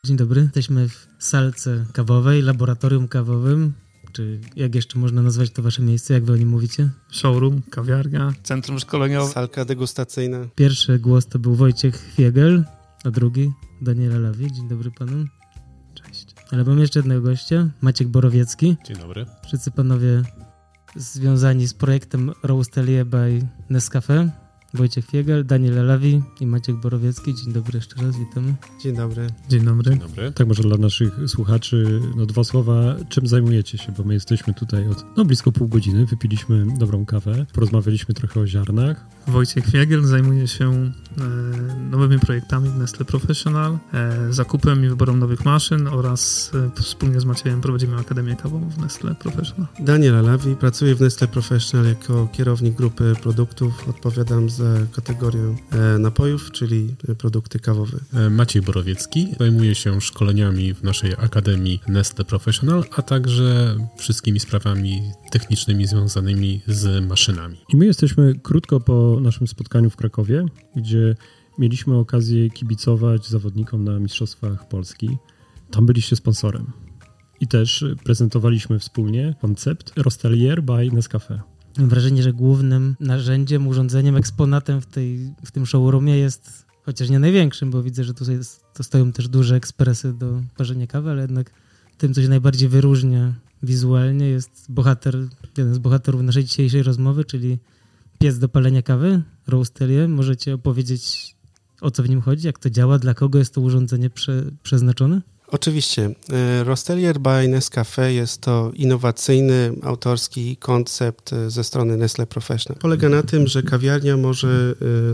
Dzień dobry, jesteśmy w salce kawowej, laboratorium kawowym, czy jak jeszcze można nazwać to wasze miejsce, jak wy o nim mówicie? Showroom, kawiarnia, centrum szkoleniowe. Salka degustacyjna. Pierwszy głos to był Wojciech Fiegel, a drugi Daniela Lawi. Dzień dobry panu. Cześć. Ale mam jeszcze jednego gościa, Maciek Borowiecki. Dzień dobry. Wszyscy panowie związani z projektem Roastelie by Nescafe. Wojciech Fiegel, Daniel Lawi i Maciek Borowiecki. Dzień dobry jeszcze raz, witamy. Dzień dobry. Dzień dobry. Dzień dobry. Tak, może dla naszych słuchaczy dwa słowa, czym zajmujecie się, bo my jesteśmy tutaj od blisko pół godziny, wypiliśmy dobrą kawę, porozmawialiśmy trochę o ziarnach. Wojciech Fiegel zajmuje się nowymi projektami w Nestle Professional, zakupem i wyborem nowych maszyn oraz wspólnie z Maciejem prowadzimy Akademię Kawową w Nestle Professional. Daniel Lawi, pracuję w Nestle Professional jako kierownik grupy produktów, odpowiadam za kategorię napojów, czyli produkty kawowe. Maciej Borowiecki zajmuje się szkoleniami w naszej Akademii Nestle Professional, a także wszystkimi sprawami technicznymi związanymi z maszynami. I my jesteśmy krótko po naszym spotkaniu w Krakowie, gdzie mieliśmy okazję kibicować zawodnikom na Mistrzostwach Polski. Tam byliście sponsorem. I też prezentowaliśmy wspólnie koncept Roastelie by Nescafe. Mam wrażenie, że głównym narzędziem, urządzeniem, eksponatem w tym showroomie jest, chociaż nie największym, bo widzę, że tutaj to stoją też duże ekspresy do parzenia kawy, ale jednak tym, co się najbardziej wyróżnia wizualnie, jest jeden z bohaterów naszej dzisiejszej rozmowy, czyli piec do palenia kawy, Roastelie. Możecie opowiedzieć, o co w nim chodzi, jak to działa, dla kogo jest to urządzenie przeznaczone? Oczywiście. Roastelie by Nescafe jest to innowacyjny, autorski koncept ze strony Nestle Professional. Polega na tym, że kawiarnia może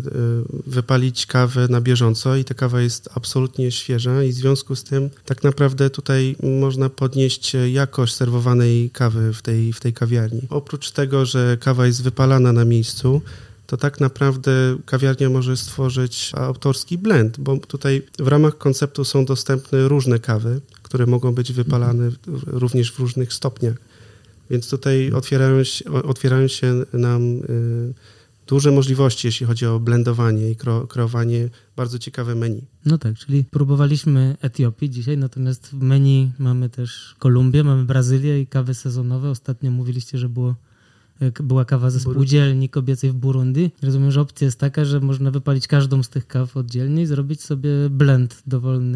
wypalić kawę na bieżąco i ta kawa jest absolutnie świeża i w związku z tym tak naprawdę tutaj można podnieść jakość serwowanej kawy w tej kawiarni. Oprócz tego, że kawa jest wypalana na miejscu, to tak naprawdę kawiarnia może stworzyć autorski blend, bo tutaj w ramach konceptu są dostępne różne kawy, które mogą być wypalane również w różnych stopniach. Więc tutaj otwierają się nam duże możliwości, jeśli chodzi o blendowanie i kreowanie bardzo ciekawe menu. No tak, czyli próbowaliśmy Etiopii dzisiaj, natomiast w menu mamy też Kolumbię, mamy Brazylię i kawy sezonowe. Ostatnio mówiliście, że była kawa ze spółdzielni kobiecej w Burundi. Rozumiem, że opcja jest taka, że można wypalić każdą z tych kaw oddzielnie i zrobić sobie blend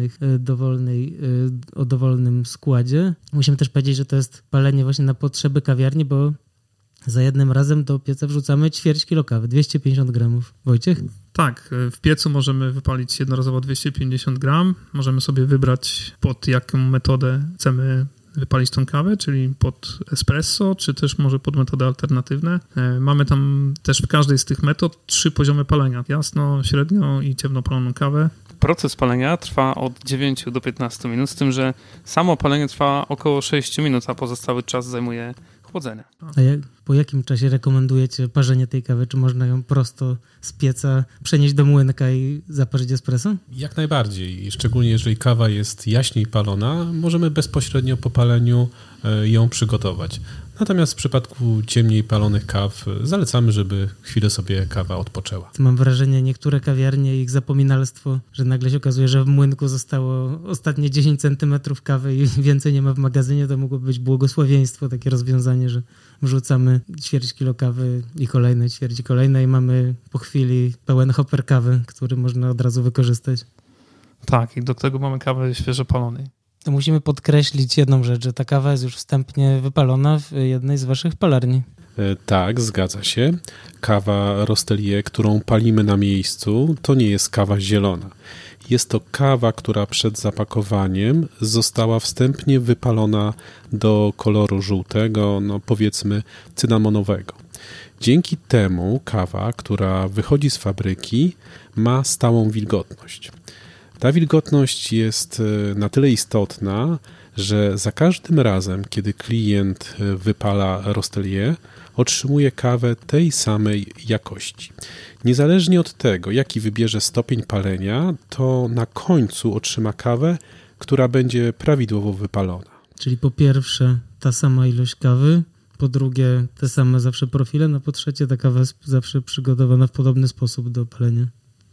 o dowolnym składzie. Musimy też powiedzieć, że to jest palenie właśnie na potrzeby kawiarni, bo za jednym razem do pieca wrzucamy ćwierć kilo kawy, 250 gramów. Wojciech? Tak, w piecu możemy wypalić jednorazowo 250 gram. Możemy sobie wybrać, pod jaką metodę chcemy wypalić tą kawę, czyli pod espresso, czy też może pod metody alternatywne. Mamy tam też w każdej z tych metod 3 poziomy palenia. Jasno, średnio i ciemno paloną kawę. Proces palenia trwa od 9 do 15 minut, z tym, że samo palenie trwa około 6 minut, a pozostały czas zajmuje chłodzenie. A po jakim czasie rekomendujecie parzenie tej kawy? Czy można ją prosto z pieca przenieść do młynka i zaparzyć espresso? Jak najbardziej. Szczególnie jeżeli kawa jest jaśniej palona, możemy bezpośrednio po paleniu ją przygotować. Natomiast w przypadku ciemniej palonych kaw zalecamy, żeby chwilę sobie kawa odpoczęła. Mam wrażenie, niektóre kawiarnie, ich zapominalstwo, że nagle się okazuje, że w młynku zostało ostatnie 10 centymetrów kawy i więcej nie ma w magazynie, to mogłoby być błogosławieństwo, takie rozwiązanie, że wrzucamy ćwierć kilo kawy i kolejne ćwierci kolejne i mamy po chwili pełen hopper kawy, który można od razu wykorzystać. Tak, i do tego mamy kawę świeżo palonej. To musimy podkreślić jedną rzecz, że ta kawa jest już wstępnie wypalona w jednej z waszych palarni. Tak, zgadza się. Kawa Roastelie, którą palimy na miejscu, to nie jest kawa zielona. Jest to kawa, która przed zapakowaniem została wstępnie wypalona do koloru żółtego, powiedzmy cynamonowego. Dzięki temu kawa, która wychodzi z fabryki, ma stałą wilgotność. Ta wilgotność jest na tyle istotna, że za każdym razem, kiedy klient wypala Roastelie, otrzymuje kawę tej samej jakości. Niezależnie od tego, jaki wybierze stopień palenia, to na końcu otrzyma kawę, która będzie prawidłowo wypalona. Czyli po pierwsze ta sama ilość kawy, po drugie te same zawsze profile, no po trzecie ta kawa jest zawsze przygotowana w podobny sposób do palenia.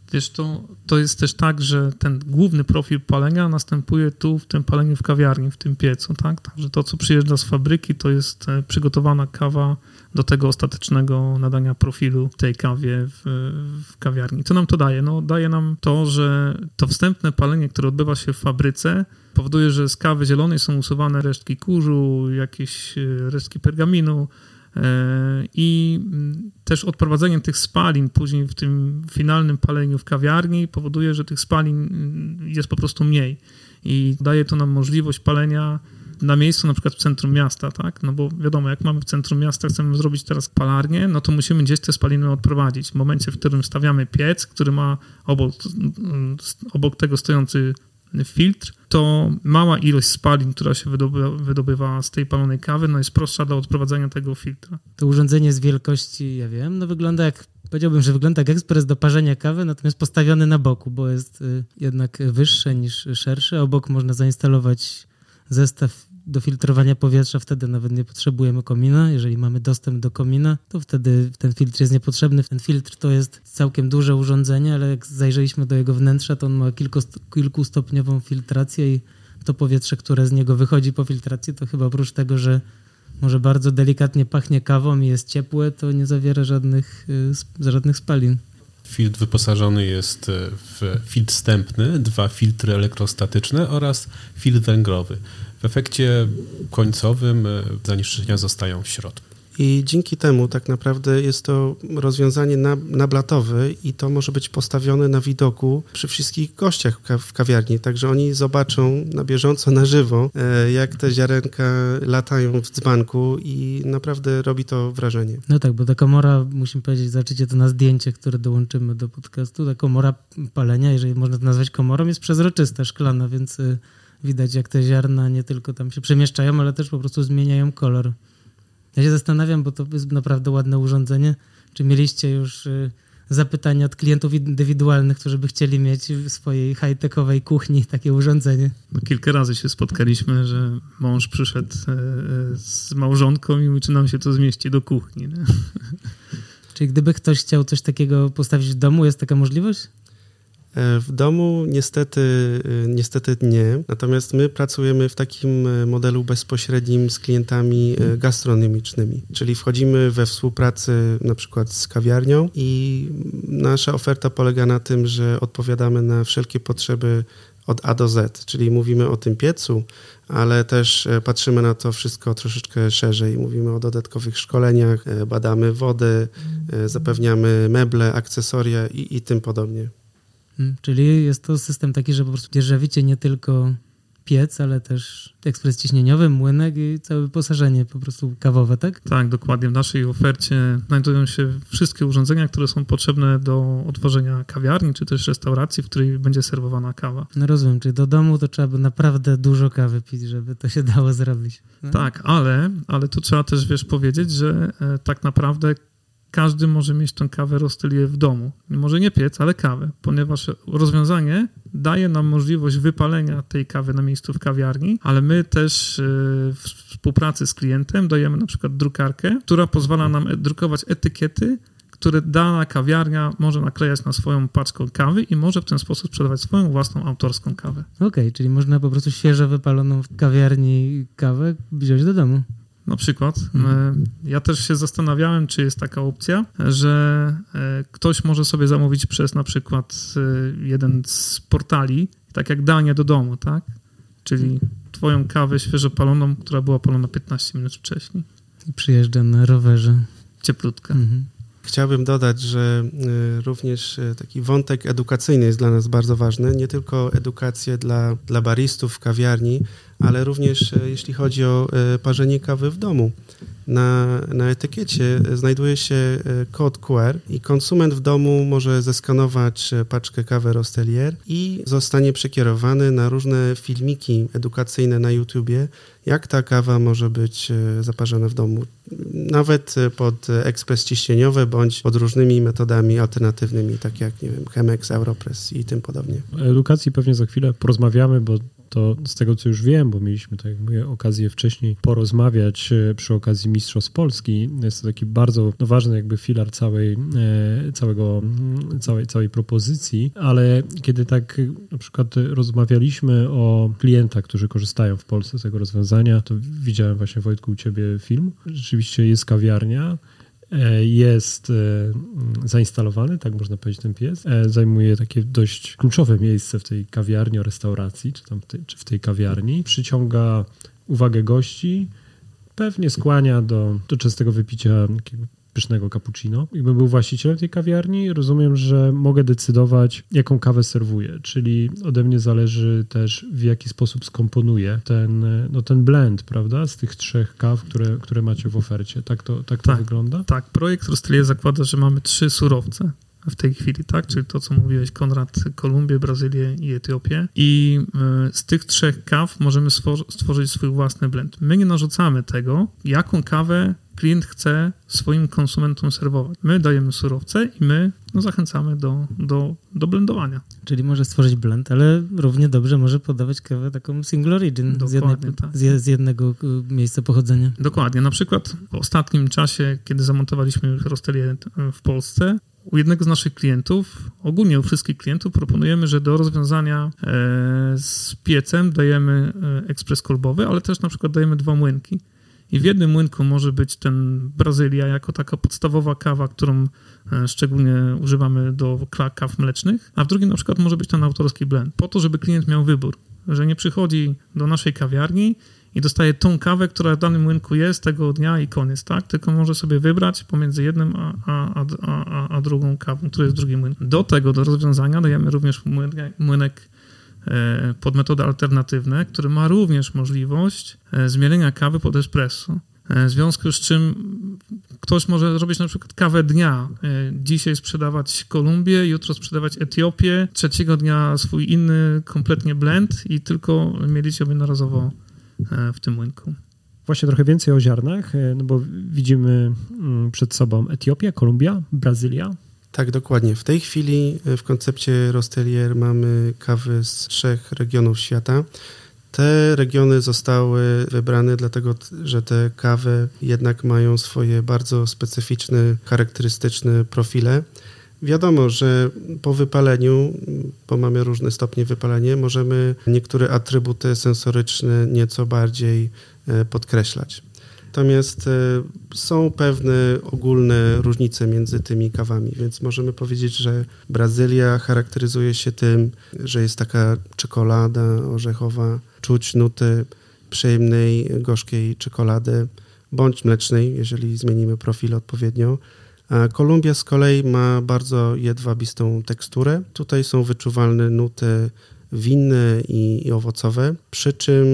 Wiesz, to jest też tak, że ten główny profil palenia następuje tu w tym paleniu w kawiarni, w tym piecu, tak? Także to, co przyjeżdża z fabryki, to jest przygotowana kawa do tego ostatecznego nadania profilu tej kawie w kawiarni. Co nam to daje? No, daje nam to, że to wstępne palenie, które odbywa się w fabryce, powoduje, że z kawy zielonej są usuwane resztki kurzu, jakieś resztki pergaminu, i też odprowadzenie tych spalin później w tym finalnym paleniu w kawiarni powoduje, że tych spalin jest po prostu mniej i daje to nam możliwość palenia na miejscu, na przykład w centrum miasta, tak? No bo wiadomo, jak mamy w centrum miasta, chcemy zrobić teraz palarnię, no to musimy gdzieś te spaliny odprowadzić. W momencie, w którym stawiamy piec, który ma obok tego stojący filtr, to mała ilość spalin, która się wydobywa z tej palonej kawy, no jest prostsza do odprowadzenia tego filtra. To urządzenie z wielkości, ja wiem, no wygląda jak, powiedziałbym, że wygląda jak ekspres do parzenia kawy, natomiast postawiony na boku, bo jest jednak wyższe niż szersze. Obok można zainstalować zestaw do filtrowania powietrza, wtedy nawet nie potrzebujemy komina. Jeżeli mamy dostęp do komina, to wtedy ten filtr jest niepotrzebny. Ten filtr to jest całkiem duże urządzenie, ale jak zajrzeliśmy do jego wnętrza, to on ma kilkustopniową filtrację i to powietrze, które z niego wychodzi po filtracji, to chyba oprócz tego, że może bardzo delikatnie pachnie kawą i jest ciepłe, to nie zawiera żadnych spalin. Filtr wyposażony jest w filtr wstępny, 2 filtry elektrostatyczne oraz filtr węglowy. W efekcie końcowym zanieczyszczenia zostają w środku. I dzięki temu tak naprawdę jest to rozwiązanie nablatowe i to może być postawione na widoku przy wszystkich gościach w kawiarni, także oni zobaczą na bieżąco, na żywo, jak te ziarenka latają w dzbanku i naprawdę robi to wrażenie. No tak, bo ta komora, musimy powiedzieć, zobaczycie to na zdjęcie, które dołączymy do podcastu, ta komora palenia, jeżeli można to nazwać komorą, jest przezroczysta, szklana, więc widać, jak te ziarna nie tylko tam się przemieszczają, ale też po prostu zmieniają kolor. Ja się zastanawiam, bo to jest naprawdę ładne urządzenie. Czy mieliście już zapytania od klientów indywidualnych, którzy by chcieli mieć w swojej high-techowej kuchni takie urządzenie? No, kilka razy się spotkaliśmy, że mąż przyszedł z małżonką i mówi, czy nam się to zmieści do kuchni. Nie? Czyli gdyby ktoś chciał coś takiego postawić w domu, jest taka możliwość? W domu niestety nie, natomiast my pracujemy w takim modelu bezpośrednim z klientami gastronomicznymi, czyli wchodzimy we współpracę na przykład z kawiarnią i nasza oferta polega na tym, że odpowiadamy na wszelkie potrzeby od A do Z, czyli mówimy o tym piecu, ale też patrzymy na to wszystko troszeczkę szerzej. Mówimy o dodatkowych szkoleniach, badamy wodę, zapewniamy meble, akcesoria i tym podobnie. Czyli jest to system taki, że po prostu dzierżawicie nie tylko piec, ale też ekspres ciśnieniowy, młynek i całe wyposażenie po prostu kawowe, tak? Tak, dokładnie. W naszej ofercie znajdują się wszystkie urządzenia, które są potrzebne do otworzenia kawiarni, czy też restauracji, w której będzie serwowana kawa. No rozumiem, czyli do domu to trzeba by naprawdę dużo kawy pić, żeby to się dało zrobić. No? Tak, ale tu trzeba też, powiedzieć, że tak naprawdę każdy może mieć tą kawę Rostelier w domu. Może nie piec, ale kawę, ponieważ rozwiązanie daje nam możliwość wypalenia tej kawy na miejscu w kawiarni, ale my też w współpracy z klientem dajemy na przykład drukarkę, która pozwala nam drukować etykiety, które dana kawiarnia może naklejać na swoją paczkę kawy i może w ten sposób sprzedawać swoją własną autorską kawę. Okej, czyli można po prostu świeżo wypaloną w kawiarni kawę wziąć do domu. Na przykład. Ja też się zastanawiałem, czy jest taka opcja, że ktoś może sobie zamówić przez na przykład jeden z portali, tak jak danie do domu, tak? Czyli twoją kawę świeżo paloną, która była palona 15 minut wcześniej. I przyjeżdża na rowerze. Cieplutka. Chciałbym dodać, że również taki wątek edukacyjny jest dla nas bardzo ważny. Nie tylko edukację dla baristów w kawiarni, ale również jeśli chodzi o parzenie kawy w domu. Na etykiecie znajduje się kod QR i konsument w domu może zeskanować paczkę kawy Rostelier i zostanie przekierowany na różne filmiki edukacyjne na YouTubie, jak ta kawa może być zaparzona w domu. Nawet pod ekspres ciśnieniowy bądź pod różnymi metodami alternatywnymi, tak jak, nie wiem, Chemex, Aeropress i tym podobnie. O edukacji pewnie za chwilę porozmawiamy, bo to z tego, co już wiem, bo mieliśmy, tak jak mówię, okazję wcześniej porozmawiać przy okazji Mistrzostw Polski, jest to taki bardzo ważny jakby filar całej propozycji, ale kiedy tak na przykład rozmawialiśmy o klientach, którzy korzystają w Polsce z tego rozwiązania, to widziałem właśnie, Wojtku, u ciebie film. Rzeczywiście jest kawiarnia, jest zainstalowany, tak można powiedzieć, ten piec. Zajmuje takie dość kluczowe miejsce w tej kawiarni, restauracji, czy w tej kawiarni. Przyciąga uwagę gości, pewnie skłania do częstego wypicia takiego pysznego cappuccino. Jakbym był właścicielem tej kawiarni, rozumiem, że mogę decydować, jaką kawę serwuję, czyli ode mnie zależy też, w jaki sposób skomponuję ten blend, prawda, z tych 3 kaw, które macie w ofercie. Tak to wygląda? Tak. Projekt Rostellier zakłada, że mamy 3 surowce w tej chwili, tak? Czyli to, co mówiłeś, Konrad, Kolumbię, Brazylię i Etiopię. I z tych 3 kaw możemy stworzyć swój własny blend. My nie narzucamy tego, jaką kawę klient chce swoim konsumentom serwować. My dajemy surowce i my zachęcamy do blendowania. Czyli może stworzyć blend, ale równie dobrze może podawać kawę taką single origin z jednego miejsca pochodzenia. Dokładnie. Na przykład w ostatnim czasie, kiedy zamontowaliśmy Rostellier w Polsce, u jednego z naszych klientów, ogólnie u wszystkich klientów, proponujemy, że do rozwiązania z piecem dajemy ekspres kolbowy, ale też na przykład dajemy 2 młynki. I w jednym młynku może być ten Brazylia jako taka podstawowa kawa, którą szczególnie używamy do kaw mlecznych, a w drugim na przykład może być ten autorski blend, po to, żeby klient miał wybór, że nie przychodzi do naszej kawiarni i dostaje tą kawę, która w danym młynku jest tego dnia i koniec, tak? Tylko może sobie wybrać pomiędzy jednym a drugą kawą, która jest w drugim młynku. Do rozwiązania dajemy również młynek pod metody alternatywne, który ma również możliwość zmielenia kawy pod espresso. W związku z czym ktoś może robić na przykład kawę dnia. Dzisiaj sprzedawać Kolumbię, jutro sprzedawać Etiopię, trzeciego dnia swój inny kompletnie blend i tylko mielić jednorazowo w tym młynku. Właśnie trochę więcej o ziarnach, no bo widzimy przed sobą Etiopię, Kolumbia, Brazylia. Tak, dokładnie. W tej chwili w koncepcie Rostellier mamy kawy z 3 regionów świata. Te regiony zostały wybrane dlatego, że te kawy jednak mają swoje bardzo specyficzne, charakterystyczne profile. Wiadomo, że po wypaleniu, bo mamy różne stopnie wypalenia, możemy niektóre atrybuty sensoryczne nieco bardziej podkreślać. Natomiast są pewne ogólne różnice między tymi kawami, więc możemy powiedzieć, że Brazylia charakteryzuje się tym, że jest taka czekolada orzechowa, czuć nuty przyjemnej, gorzkiej czekolady, bądź mlecznej, jeżeli zmienimy profil odpowiednio. A Kolumbia z kolei ma bardzo jedwabistą teksturę. Tutaj są wyczuwalne nuty winne i owocowe, przy czym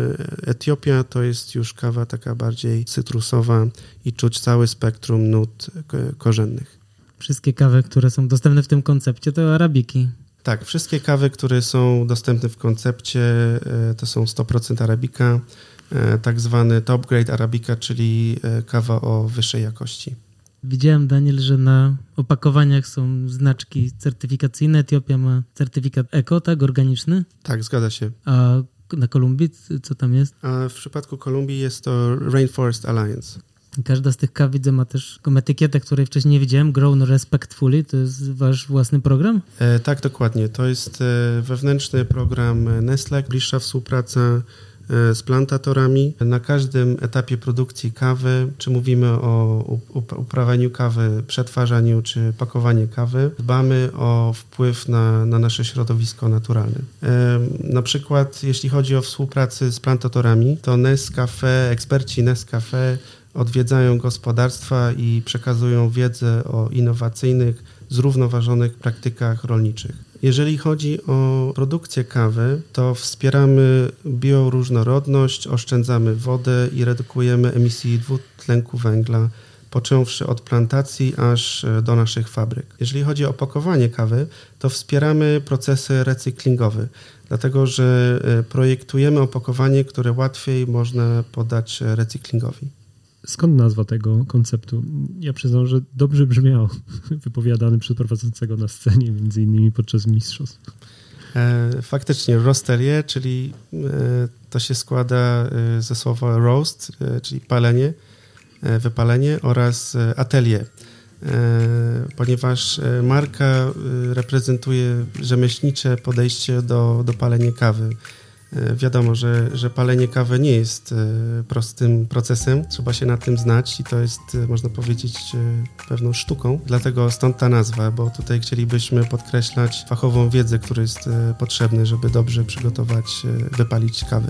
Etiopia to jest już kawa taka bardziej cytrusowa i czuć całe spektrum nut korzennych. Wszystkie kawy, które są dostępne w tym koncepcie, to arabiki. Tak, wszystkie kawy, które są dostępne w koncepcie, to są 100% arabika, tak zwany top grade arabika, czyli kawa o wyższej jakości. Widziałem, Daniel, że na opakowaniach są znaczki certyfikacyjne. Etiopia ma certyfikat eko, tak? Organiczny? Tak, zgadza się. A na Kolumbii co tam jest? A w przypadku Kolumbii jest to Rainforest Alliance. Każda z tych kaw, widzę, ma też taką etykietę, której wcześniej nie widziałem. Grown Respectfully. To jest wasz własny program? Tak, dokładnie. To jest wewnętrzny program Nestlé, bliższa współpraca z plantatorami. Na każdym etapie produkcji kawy, czy mówimy o uprawianiu kawy, przetwarzaniu, czy pakowaniu kawy, dbamy o wpływ na nasze środowisko naturalne. Na przykład, jeśli chodzi o współpracę z plantatorami, to Nescafé, eksperci Nescafé odwiedzają gospodarstwa i przekazują wiedzę o innowacyjnych, zrównoważonych praktykach rolniczych. Jeżeli chodzi o produkcję kawy, to wspieramy bioróżnorodność, oszczędzamy wodę i redukujemy emisję dwutlenku węgla, począwszy od plantacji aż do naszych fabryk. Jeżeli chodzi o opakowanie kawy, to wspieramy procesy recyklingowe, dlatego że projektujemy opakowanie, które łatwiej można poddać recyklingowi. Skąd nazwa tego konceptu? Ja przyznam, że dobrze brzmiał, wypowiadany przez prowadzącego na scenie, między innymi podczas mistrzostw. Faktycznie rostelier, czyli to się składa ze słowa roast, czyli palenie, wypalenie oraz atelier, ponieważ marka reprezentuje rzemieślnicze podejście do palenia kawy. Wiadomo, że palenie kawy nie jest prostym procesem, trzeba się na tym znać i to jest, można powiedzieć, pewną sztuką. Dlatego stąd ta nazwa, bo tutaj chcielibyśmy podkreślać fachową wiedzę, która jest potrzebna, żeby dobrze przygotować, wypalić kawę.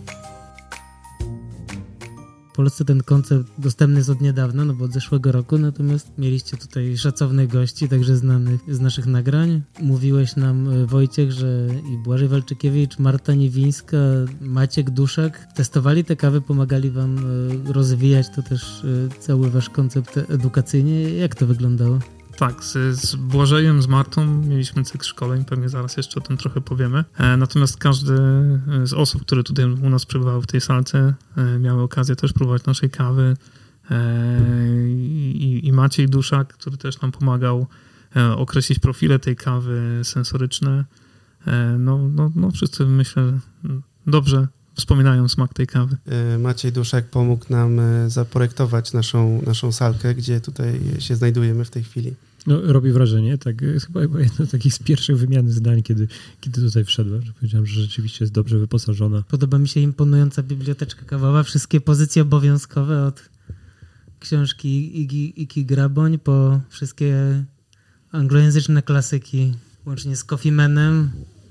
W Polsce ten koncept dostępny jest od niedawna, no bo od zeszłego roku, natomiast mieliście tutaj szacownych gości, także znanych z naszych nagrań. Mówiłeś nam, Wojciech, że i Błażej Walczykiewicz, Marta Niwińska, Maciek Duszak testowali te kawy, pomagali wam rozwijać to też cały wasz koncept edukacyjnie. Jak to wyglądało? Tak, z Błażejem, z Martą mieliśmy cykl szkoleń, pewnie zaraz jeszcze o tym trochę powiemy. Natomiast każdy z osób, które tutaj u nas przebywały w tej salce, miały okazję też próbować naszej kawy. I Maciej Duszak, który też nam pomagał określić profile tej kawy sensoryczne. No wszyscy, myślę, dobrze wspominają smak tej kawy. Maciej Duszak pomógł nam zaprojektować naszą salkę, gdzie tutaj się znajdujemy w tej chwili. No, robi wrażenie, tak, chyba jedno z takich z pierwszych wymiany zdań, kiedy tutaj wszedłem, że powiedziałem, że rzeczywiście jest dobrze wyposażona. Podoba mi się imponująca biblioteczka kawowa, wszystkie pozycje obowiązkowe od książki Iki Graboń po wszystkie anglojęzyczne klasyki, łącznie z Coffee Manem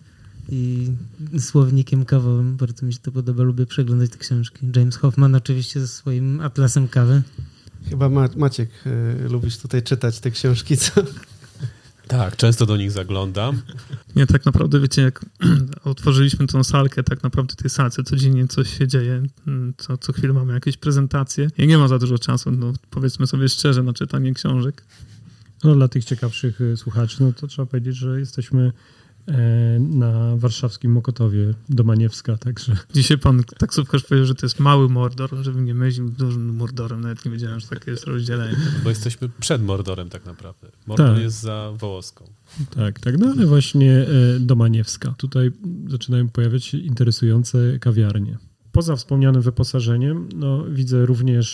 i słownikiem kawowym. Bardzo mi się to podoba, lubię przeglądać te książki. James Hoffman oczywiście ze swoim atlasem kawy. Chyba Maciek, lubisz tutaj czytać te książki, co? Tak, często do nich zaglądam. Nie, tak naprawdę, wiecie, jak otworzyliśmy tą salkę, tak naprawdę w tej salce codziennie coś się dzieje, co chwilę mamy jakieś prezentacje i nie ma za dużo czasu, no powiedzmy sobie szczerze, na czytanie książek. No, dla tych ciekawszych słuchaczy, no to trzeba powiedzieć, że jesteśmy na warszawskim Mokotowie do Maniewska, także... Dzisiaj pan taksówkarz powiedział, że to jest mały Mordor, żebym nie mylił dużym Mordorem, nawet nie wiedziałem, że takie jest rozdzielenie. Bo jesteśmy przed Mordorem tak naprawdę. Mordor tak. jest za Wołoską. Tak, no ale właśnie do Maniewska. Tutaj zaczynają pojawiać się interesujące kawiarnie. Poza wspomnianym wyposażeniem, no widzę również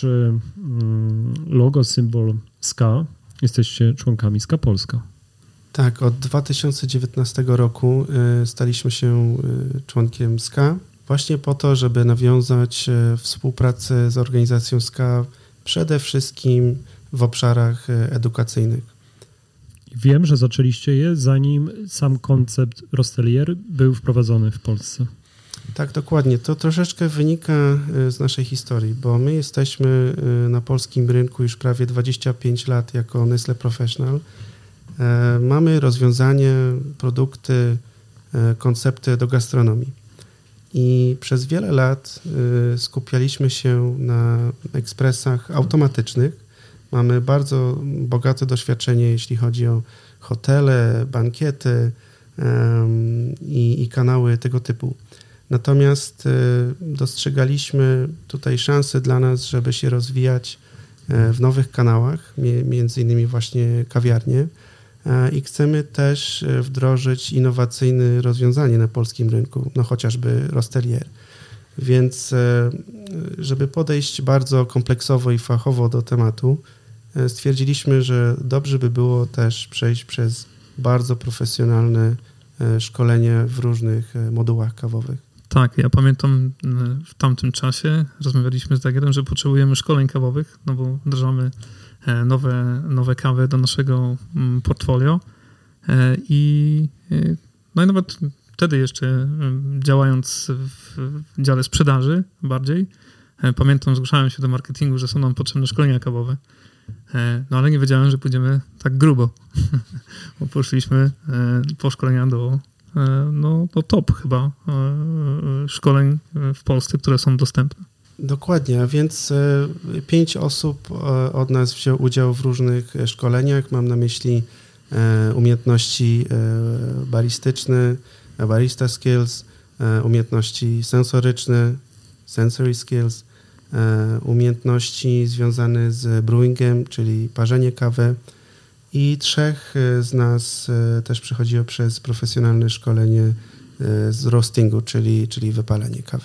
logo, symbol SKA. Jesteście członkami SKA Polska. Tak, od 2019 roku staliśmy się członkiem SKA właśnie po to, żeby nawiązać współpracę z organizacją SKA przede wszystkim w obszarach edukacyjnych. Wiem, że zaczęliście je, zanim sam koncept Rostelier był wprowadzony w Polsce. Tak, dokładnie. To troszeczkę wynika z naszej historii, bo my jesteśmy na polskim rynku już prawie 25 lat jako Nestlé Professional. Mamy rozwiązanie, produkty, koncepty do gastronomii. I przez wiele lat skupialiśmy się na ekspresach automatycznych. Mamy bardzo bogate doświadczenie, jeśli chodzi o hotele, bankiety i kanały tego typu. Natomiast dostrzegaliśmy tutaj szansę dla nas, żeby się rozwijać w nowych kanałach, między innymi właśnie kawiarnie. I chcemy też wdrożyć innowacyjne rozwiązanie na polskim rynku, no chociażby Rostelier. Więc żeby podejść bardzo kompleksowo i fachowo do tematu, stwierdziliśmy, że dobrze by było też przejść przez bardzo profesjonalne szkolenie w różnych modułach kawowych. Tak, ja pamiętam w tamtym czasie rozmawialiśmy z Dagierem, że potrzebujemy szkoleń kawowych, no bo wdrażamy nowe kawy do naszego portfolio i nawet wtedy jeszcze działając w dziale sprzedaży bardziej, pamiętam, zgłaszałem się do marketingu, że są nam potrzebne szkolenia kawowe, no ale nie wiedziałem, że pójdziemy tak grubo, bo poszliśmy po szkolenia do top chyba szkoleń w Polsce, które są dostępne. Dokładnie, a więc 5 osób od nas wzięło udział w różnych szkoleniach. Mam na myśli umiejętności baristyczne, barista skills, umiejętności sensoryczne, sensory skills, umiejętności związane z brewingiem, czyli parzenie kawy, i 3 z nas też przychodziło przez profesjonalne szkolenie z roastingu, czyli wypalenie kawy.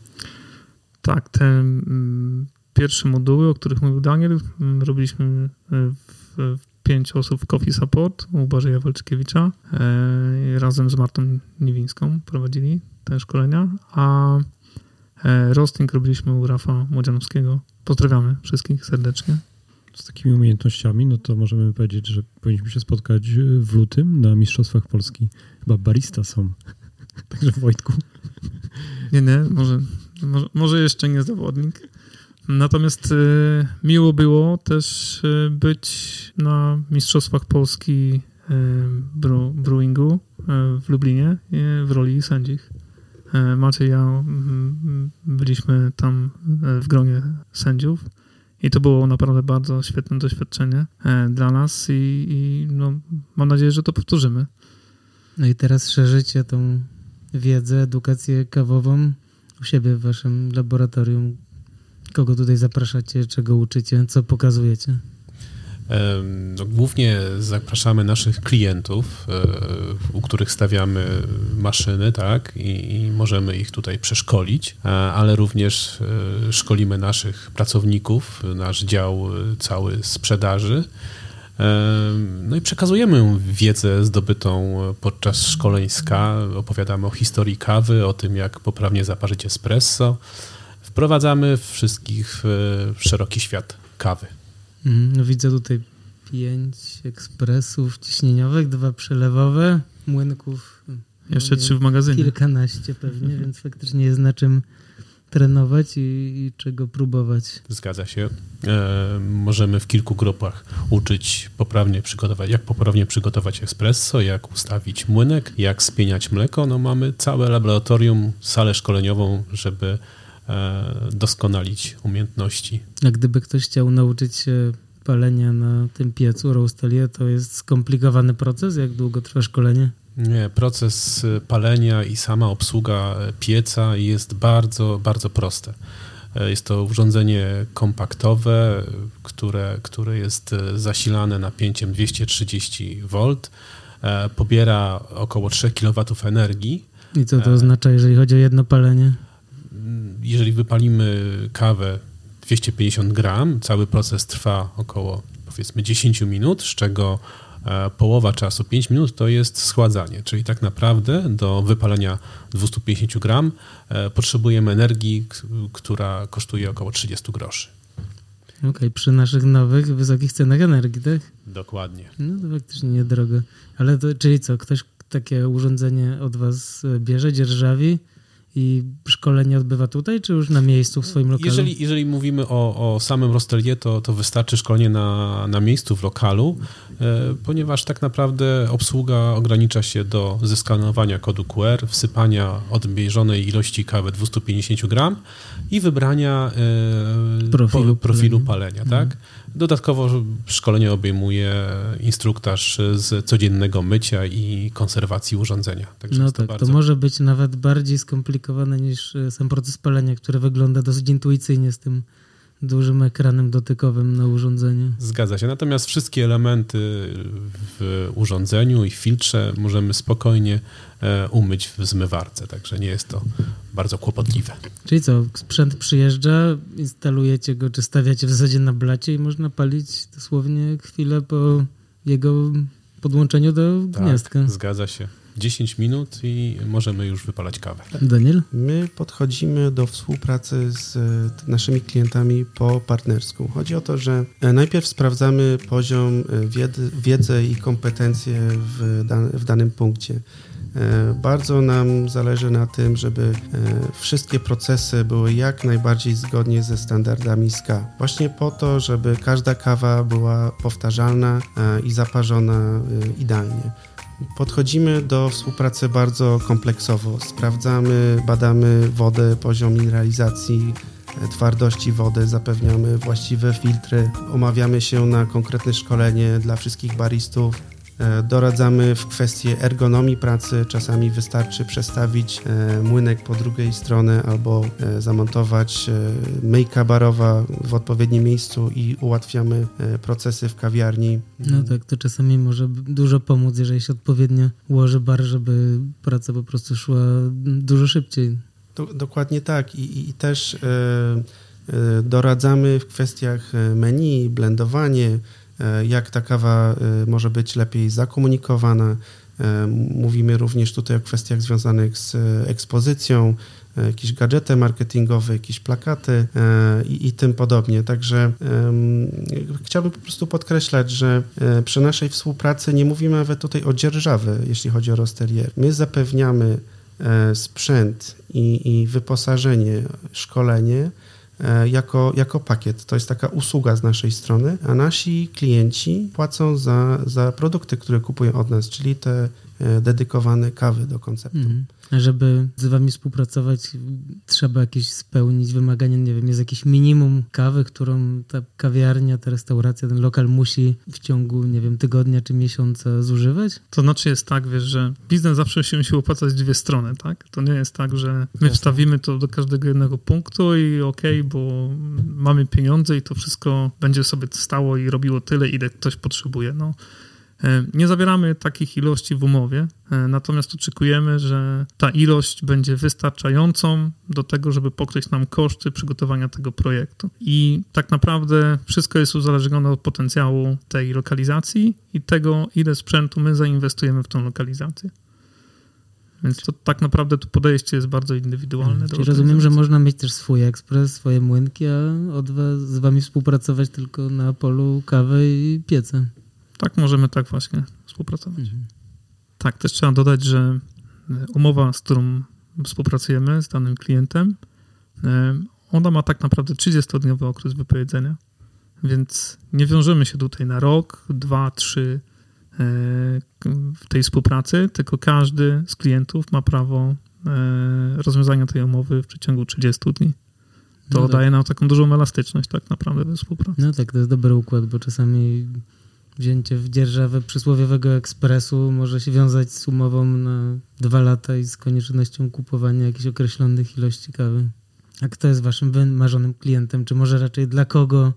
Tak, te pierwsze moduły, o których mówił Daniel, robiliśmy w 5 osób w Coffee Support u Błażeja Walczykiewicza. Razem z Martą Niewińską prowadzili te szkolenia, a roasting robiliśmy u Rafa Młodzianowskiego. Pozdrawiamy wszystkich serdecznie. Z takimi umiejętnościami, no to możemy powiedzieć, że powinniśmy się spotkać w lutym na Mistrzostwach Polski. Chyba barista są. Także Wojtku. Nie, może jeszcze nie zawodnik. Natomiast miło było też być na Mistrzostwach Polski brewingu w Lublinie w roli sędzich. Maciej i ja byliśmy tam w gronie sędziów i to było naprawdę bardzo świetne doświadczenie dla nas i mam nadzieję, że to powtórzymy. No i teraz szerzycie tą wiedzę, edukację kawową u siebie w waszym laboratorium. Kogo tutaj zapraszacie, czego uczycie, co pokazujecie? No, głównie zapraszamy naszych klientów, u których stawiamy maszyny, tak, i możemy ich tutaj przeszkolić, ale również szkolimy naszych pracowników, nasz dział cały sprzedaży. No i przekazujemy wiedzę zdobytą podczas szkoleń SKA, opowiadamy o historii kawy, o tym, jak poprawnie zaparzyć espresso. Wprowadzamy wszystkich w szeroki świat kawy. No widzę tutaj 5 ekspresów ciśnieniowych, 2 przelewowe, młynków. Jeszcze 3 w magazynie. Kilkanaście pewnie, więc faktycznie jest na czym trenować i czego próbować. Zgadza się. Możemy w kilku grupach uczyć jak poprawnie przygotować espresso, jak ustawić młynek, jak spieniać mleko. No mamy całe laboratorium, salę szkoleniową, żeby doskonalić umiejętności. A gdyby ktoś chciał nauczyć się palenia na tym piecu Roastelier, to jest skomplikowany proces? Jak długo trwa szkolenie? Nie, proces palenia i sama obsługa pieca jest bardzo, bardzo proste. Jest to urządzenie kompaktowe, które jest zasilane napięciem 230 V, pobiera około 3 kW energii. I co to oznacza, jeżeli chodzi o jedno palenie? Jeżeli wypalimy kawę 250 gram, cały proces trwa około, powiedzmy, 10 minut, z czego połowa czasu, 5 minut, to jest schładzanie. Czyli tak naprawdę do wypalenia 250 gram potrzebujemy energii, która kosztuje około 30 groszy. Okej, przy naszych nowych, wysokich cenach energii, tak? Dokładnie. No to faktycznie niedrogo. Ale to, czyli co, ktoś takie urządzenie od was bierze, dzierżawi i szkolenie odbywa tutaj, czy już na miejscu w swoim lokalu? Jeżeli mówimy o samym Roastelier, to wystarczy szkolenie na miejscu w lokalu, ponieważ tak naprawdę obsługa ogranicza się do zeskanowania kodu QR, wsypania odmierzonej ilości kawy 250 gram i wybrania profilu palenia. Tak? Dodatkowo szkolenie obejmuje instruktaż z codziennego mycia i konserwacji urządzenia. Także no tak, to może być nawet bardziej skomplikowane niż sam proces palenia, który wygląda dosyć intuicyjnie z tym dużym ekranem dotykowym na urządzeniu. Zgadza się. Natomiast wszystkie elementy w urządzeniu i w filtrze możemy spokojnie umyć w zmywarce, także nie jest to bardzo kłopotliwe. Czyli co, sprzęt przyjeżdża, instalujecie go, czy stawiacie w zasadzie na blacie i można palić dosłownie chwilę po jego podłączeniu do gniazdka. Tak, zgadza się. 10 minut i możemy już wypalać kawę. Daniel? My podchodzimy do współpracy z naszymi klientami po partnersku. Chodzi o to, że najpierw sprawdzamy poziom wiedzy i kompetencje w danym punkcie. Bardzo nam zależy na tym, żeby wszystkie procesy były jak najbardziej zgodnie ze standardami SKA. Właśnie po to, żeby każda kawa była powtarzalna i zaparzona idealnie. Podchodzimy do współpracy bardzo kompleksowo. Sprawdzamy, badamy wodę, poziom mineralizacji, twardości wody, zapewniamy właściwe filtry, omawiamy się na konkretne szkolenie dla wszystkich baristów, Doradzamy w kwestii ergonomii pracy. Czasami wystarczy przestawić młynek po drugiej stronie albo zamontować myjka barowa w odpowiednim miejscu i ułatwiamy procesy w kawiarni. No tak, to czasami może dużo pomóc, jeżeli się odpowiednio ułoży bar, żeby praca po prostu szła dużo szybciej. Dokładnie tak. I też doradzamy w kwestiach menu, blendowanie, jak ta kawa może być lepiej zakomunikowana. Mówimy również tutaj o kwestiach związanych z ekspozycją, jakieś gadżety marketingowe, jakieś plakaty i tym podobnie. Także chciałbym po prostu podkreślać, że przy naszej współpracy nie mówimy nawet tutaj o dzierżawie, jeśli chodzi o Rostelier. My zapewniamy sprzęt i wyposażenie, szkolenie jako pakiet. To jest taka usługa z naszej strony, a nasi klienci płacą za produkty, które kupują od nas, czyli te dedykowane kawy do konceptu. A żeby z wami współpracować, trzeba jakieś spełnić wymagania, nie wiem, jest jakieś minimum kawy, którą ta kawiarnia, ta restauracja, ten lokal musi w ciągu, nie wiem, tygodnia czy miesiąca zużywać? To znaczy jest tak, wiesz, że biznes zawsze się musi opłacać dwie strony, tak? To nie jest tak, że my wstawimy to do każdego jednego punktu i okej, bo mamy pieniądze i to wszystko będzie sobie stało i robiło tyle, ile ktoś potrzebuje. No. Nie zawieramy takich ilości w umowie, natomiast oczekujemy, że ta ilość będzie wystarczającą do tego, żeby pokryć nam koszty przygotowania tego projektu. I tak naprawdę wszystko jest uzależnione od potencjału tej lokalizacji i tego, ile sprzętu my zainwestujemy w tą lokalizację. Więc to tak naprawdę to podejście jest bardzo indywidualne. Czyli rozumiem, że można mieć też swój ekspres, swoje młynki, a z wami współpracować tylko na polu kawy i pieca. Tak, możemy tak właśnie współpracować. Tak, też trzeba dodać, że umowa, z którą współpracujemy z danym klientem, ona ma tak naprawdę 30-dniowy okres wypowiedzenia, więc nie wiążemy się tutaj na rok, 2, 3 w tej współpracy, tylko każdy z klientów ma prawo rozwiązania tej umowy w przeciągu 30 dni. To daje nam taką dużą elastyczność tak naprawdę we współpracy. No tak, to jest dobry układ, bo czasami wzięcie w dzierżawę przysłowiowego ekspresu może się wiązać z umową na 2 lata i z koniecznością kupowania jakichś określonych ilości kawy. A kto jest waszym wymarzonym klientem? Czy może raczej dla kogo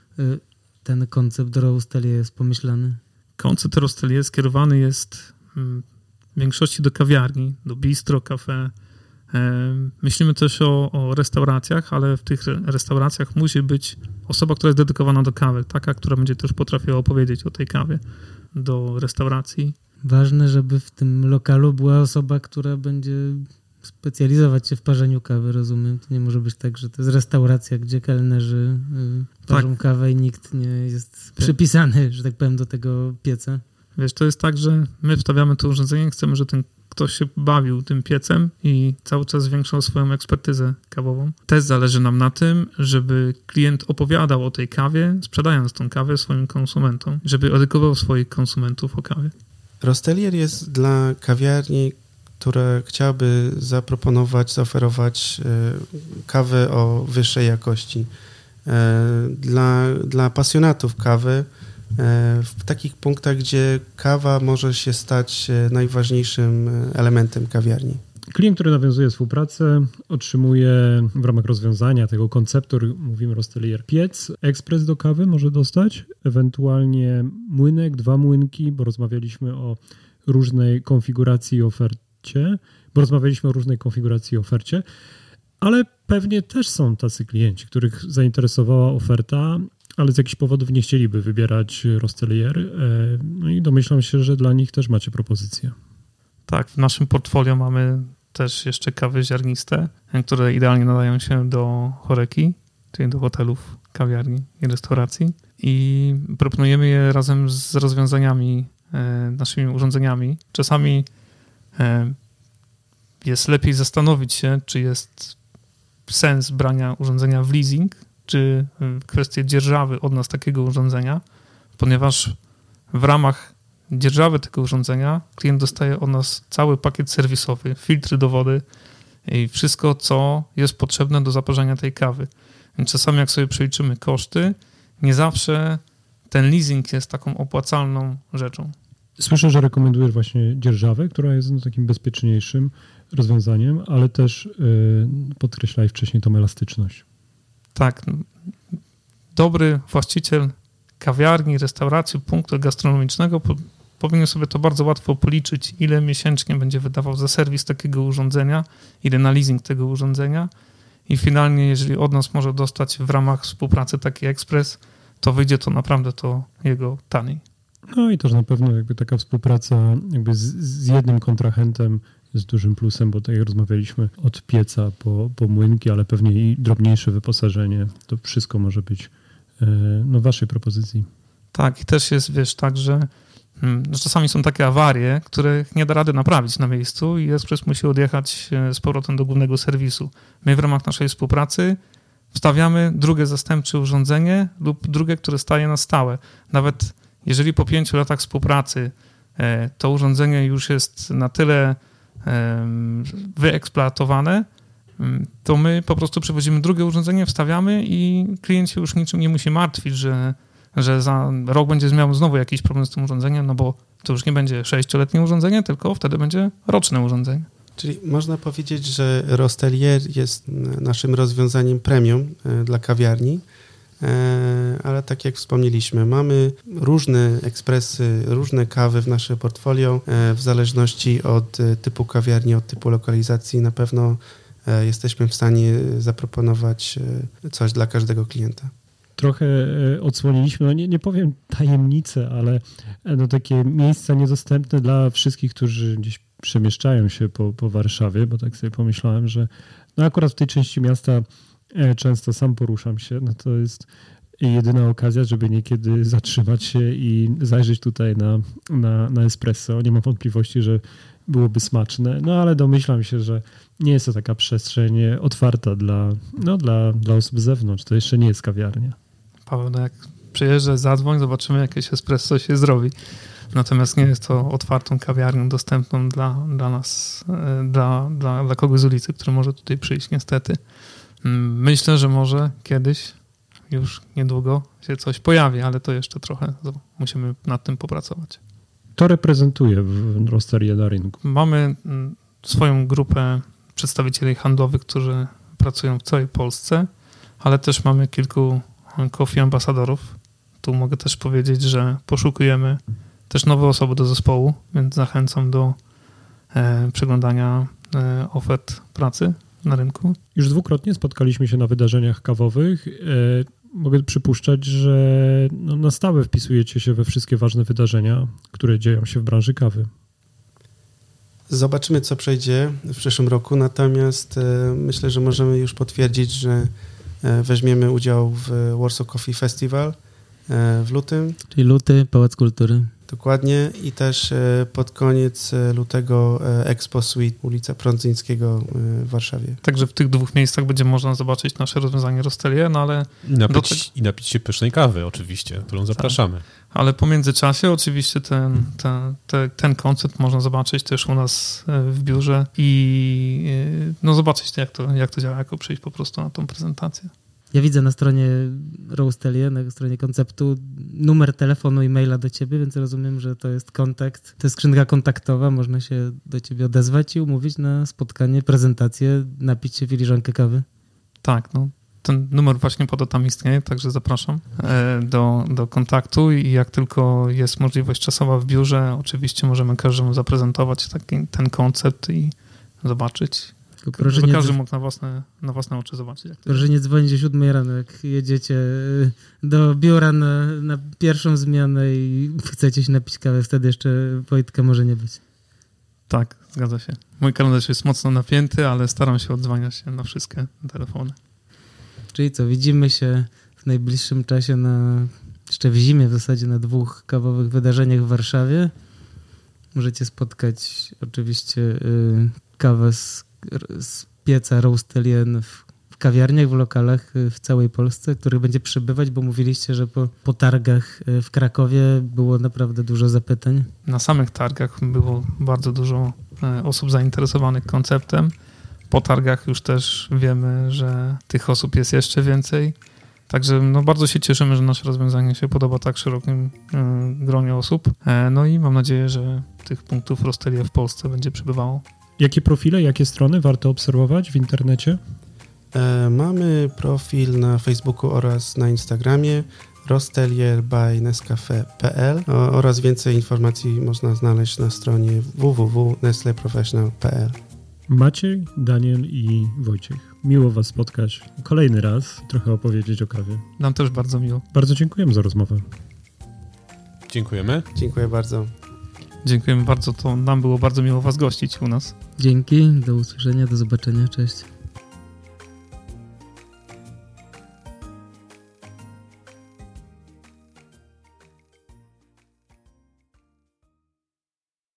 ten koncept Rostelier jest pomyślany? Koncept Rostelier skierowany jest w większości do kawiarni, do bistro, kafe. Myślimy też o restauracjach, ale w tych restauracjach musi być osoba, która jest dedykowana do kawy, taka, która będzie też potrafiła opowiedzieć o tej kawie do restauracji. Ważne, żeby w tym lokalu była osoba, która będzie specjalizować się w parzeniu kawy, rozumiem. To nie może być tak, że to jest restauracja, gdzie kelnerzy parzą kawę i nikt nie jest przypisany, że tak powiem, do tego pieca. Wiesz, to jest tak, że my wstawiamy to urządzenie, chcemy, że ten ktoś się bawił tym piecem i cały czas zwiększał swoją ekspertyzę kawową. Też zależy nam na tym, żeby klient opowiadał o tej kawie, sprzedając tą kawę swoim konsumentom, żeby edukował swoich konsumentów o kawie. Rostelier jest dla kawiarni, która chciałaby zaoferować kawę o wyższej jakości. Dla pasjonatów kawy, w takich punktach, gdzie kawa może się stać najważniejszym elementem kawiarni. Klient, który nawiązuje współpracę, otrzymuje w ramach rozwiązania tego konceptu, mówimy Rostelier, piec, ekspres do kawy może dostać, ewentualnie młynek, 2 młynki, bo rozmawialiśmy o różnej konfiguracji i ofercie, ale pewnie też są tacy klienci, których zainteresowała oferta, ale z jakichś powodów nie chcieliby wybierać Rostelier. No i domyślam się, że dla nich też macie propozycję. Tak, w naszym portfolio mamy też jeszcze kawy ziarniste, które idealnie nadają się do choreki, czyli do hotelów, kawiarni i restauracji. I proponujemy je razem z rozwiązaniami, naszymi urządzeniami. Czasami jest lepiej zastanowić się, czy jest sens brania urządzenia w leasing, czy kwestię dzierżawy od nas takiego urządzenia, ponieważ w ramach dzierżawy tego urządzenia klient dostaje od nas cały pakiet serwisowy, filtry do wody i wszystko, co jest potrzebne do zaparzenia tej kawy. Więc czasami jak sobie przeliczymy koszty, nie zawsze ten leasing jest taką opłacalną rzeczą. Słyszę, że rekomendujesz właśnie dzierżawę, która jest takim bezpieczniejszym rozwiązaniem, ale też podkreślałeś wcześniej tą elastyczność. Tak. Dobry właściciel kawiarni, restauracji, punktu gastronomicznego powinien sobie to bardzo łatwo policzyć, ile miesięcznie będzie wydawał za serwis takiego urządzenia, ile na leasing tego urządzenia i finalnie, jeżeli od nas może dostać w ramach współpracy taki ekspres, to wyjdzie to naprawdę to jego taniej. No i też na pewno jakby taka współpraca jakby z jednym kontrahentem jest dużym plusem, bo tak jak rozmawialiśmy, od pieca po młynki, ale pewnie i drobniejsze wyposażenie, to wszystko może być w waszej propozycji. Tak, i też jest, tak, że czasami są takie awarie, których nie da rady naprawić na miejscu i ekspres musi odjechać z powrotem do głównego serwisu. My w ramach naszej współpracy wstawiamy drugie zastępcze urządzenie lub drugie, które staje na stałe. Nawet jeżeli po 5 latach współpracy to urządzenie już jest na tyle wyeksploatowane, to my po prostu przywozimy drugie urządzenie, wstawiamy i klient się już niczym nie musi martwić, że za rok będzie miał znowu jakiś problem z tym urządzeniem, no bo to już nie będzie 6-letnie urządzenie, tylko wtedy będzie roczne urządzenie. Czyli można powiedzieć, że Rostelier jest naszym rozwiązaniem premium dla kawiarni, ale tak jak wspomnieliśmy, mamy różne ekspresy, różne kawy w naszym portfolio, w zależności od typu kawiarni, od typu lokalizacji. Na pewno jesteśmy w stanie zaproponować coś dla każdego klienta. Trochę odsłoniliśmy, nie powiem tajemnice, ale takie miejsca niedostępne dla wszystkich, którzy gdzieś przemieszczają się po Warszawie, bo tak sobie pomyślałem, że akurat w tej części miasta często sam poruszam się, to jest jedyna okazja, żeby niekiedy zatrzymać się i zajrzeć tutaj na espresso. Nie mam wątpliwości, że byłoby smaczne, ale domyślam się, że nie jest to taka przestrzeń otwarta dla osób z zewnątrz. To jeszcze nie jest kawiarnia. Paweł, jak przyjeżdżę, zadzwoń, zobaczymy, jakieś espresso się zrobi. Natomiast nie jest to otwartą kawiarnią dostępną dla nas, dla kogoś z ulicy, który może tutaj przyjść niestety. Myślę, że może kiedyś, już niedługo się coś pojawi, ale to jeszcze trochę musimy nad tym popracować. To reprezentuje w Rostelier na rynku. Mamy swoją grupę przedstawicieli handlowych, którzy pracują w całej Polsce, ale też mamy kilku coffee ambasadorów. Tu mogę też powiedzieć, że poszukujemy też nowe osoby do zespołu, więc zachęcam do przeglądania ofert pracy na rynku. Już dwukrotnie spotkaliśmy się na wydarzeniach kawowych. Mogę przypuszczać, że na stałe wpisujecie się we wszystkie ważne wydarzenia, które dzieją się w branży kawy. Zobaczymy, co przejdzie w przyszłym roku, natomiast myślę, że możemy już potwierdzić, że weźmiemy udział w Warsaw Coffee Festival w lutym. Czyli luty, Pałac Kultury. Dokładnie i też pod koniec lutego Expo Suite, ulica Prądzyńskiego w Warszawie. Także w tych dwóch miejscach będzie można zobaczyć nasze rozwiązanie Rostelier, ale... I napić się pysznej kawy oczywiście, którą zapraszamy. Tak. Ale po międzyczasie oczywiście ten koncept można zobaczyć też u nas w biurze i zobaczyć jak to działa, jako przyjść po prostu na tą prezentację. Ja widzę na stronie Rostelier, na stronie konceptu numer telefonu i maila do ciebie, więc rozumiem, że to jest kontakt, to jest skrzynka kontaktowa, można się do ciebie odezwać i umówić na spotkanie, prezentację, napić się filiżankę kawy. Tak, ten numer właśnie poda tam istnieje, także zapraszam do kontaktu i jak tylko jest możliwość czasowa w biurze, oczywiście możemy każdemu zaprezentować ten koncept i zobaczyć. Żeby każdy mógł na własne oczy zobaczyć. Proszę nie dzwonić o 7 rano, jak jedziecie do biura na pierwszą zmianę i chcecie się napić kawę, wtedy jeszcze Wojtka może nie być. Tak, zgadza się. Mój kalendarz jest mocno napięty, ale staram się odzwaniać się na wszystkie telefony. Czyli co, widzimy się w najbliższym czasie jeszcze w zimie w zasadzie na 2 kawowych wydarzeniach w Warszawie. Możecie spotkać oczywiście kawę z pieca Rostelier w kawiarniach, w lokalach w całej Polsce, których będzie przybywać, bo mówiliście, że po targach w Krakowie było naprawdę dużo zapytań. Na samych targach było bardzo dużo osób zainteresowanych konceptem. Po targach już też wiemy, że tych osób jest jeszcze więcej Także no, bardzo się cieszymy, że nasze rozwiązanie się podoba tak szerokim gronie osób. No i mam nadzieję, że tych punktów Rostelia w Polsce będzie przybywało. Jakie profile, jakie strony warto obserwować w internecie? Mamy profil na Facebooku oraz na Instagramie rostelierbynescafe.pl oraz więcej informacji można znaleźć na stronie www.nestleprofessional.pl. Maciej, Daniel i Wojciech. Miło was spotkać kolejny raz, trochę opowiedzieć o kawie. Nam też bardzo miło. Bardzo dziękujemy za rozmowę. Dziękujemy. Dziękuję bardzo. Dziękujemy bardzo, to nam było bardzo miło was gościć u nas. Dzięki, do usłyszenia, do zobaczenia, cześć.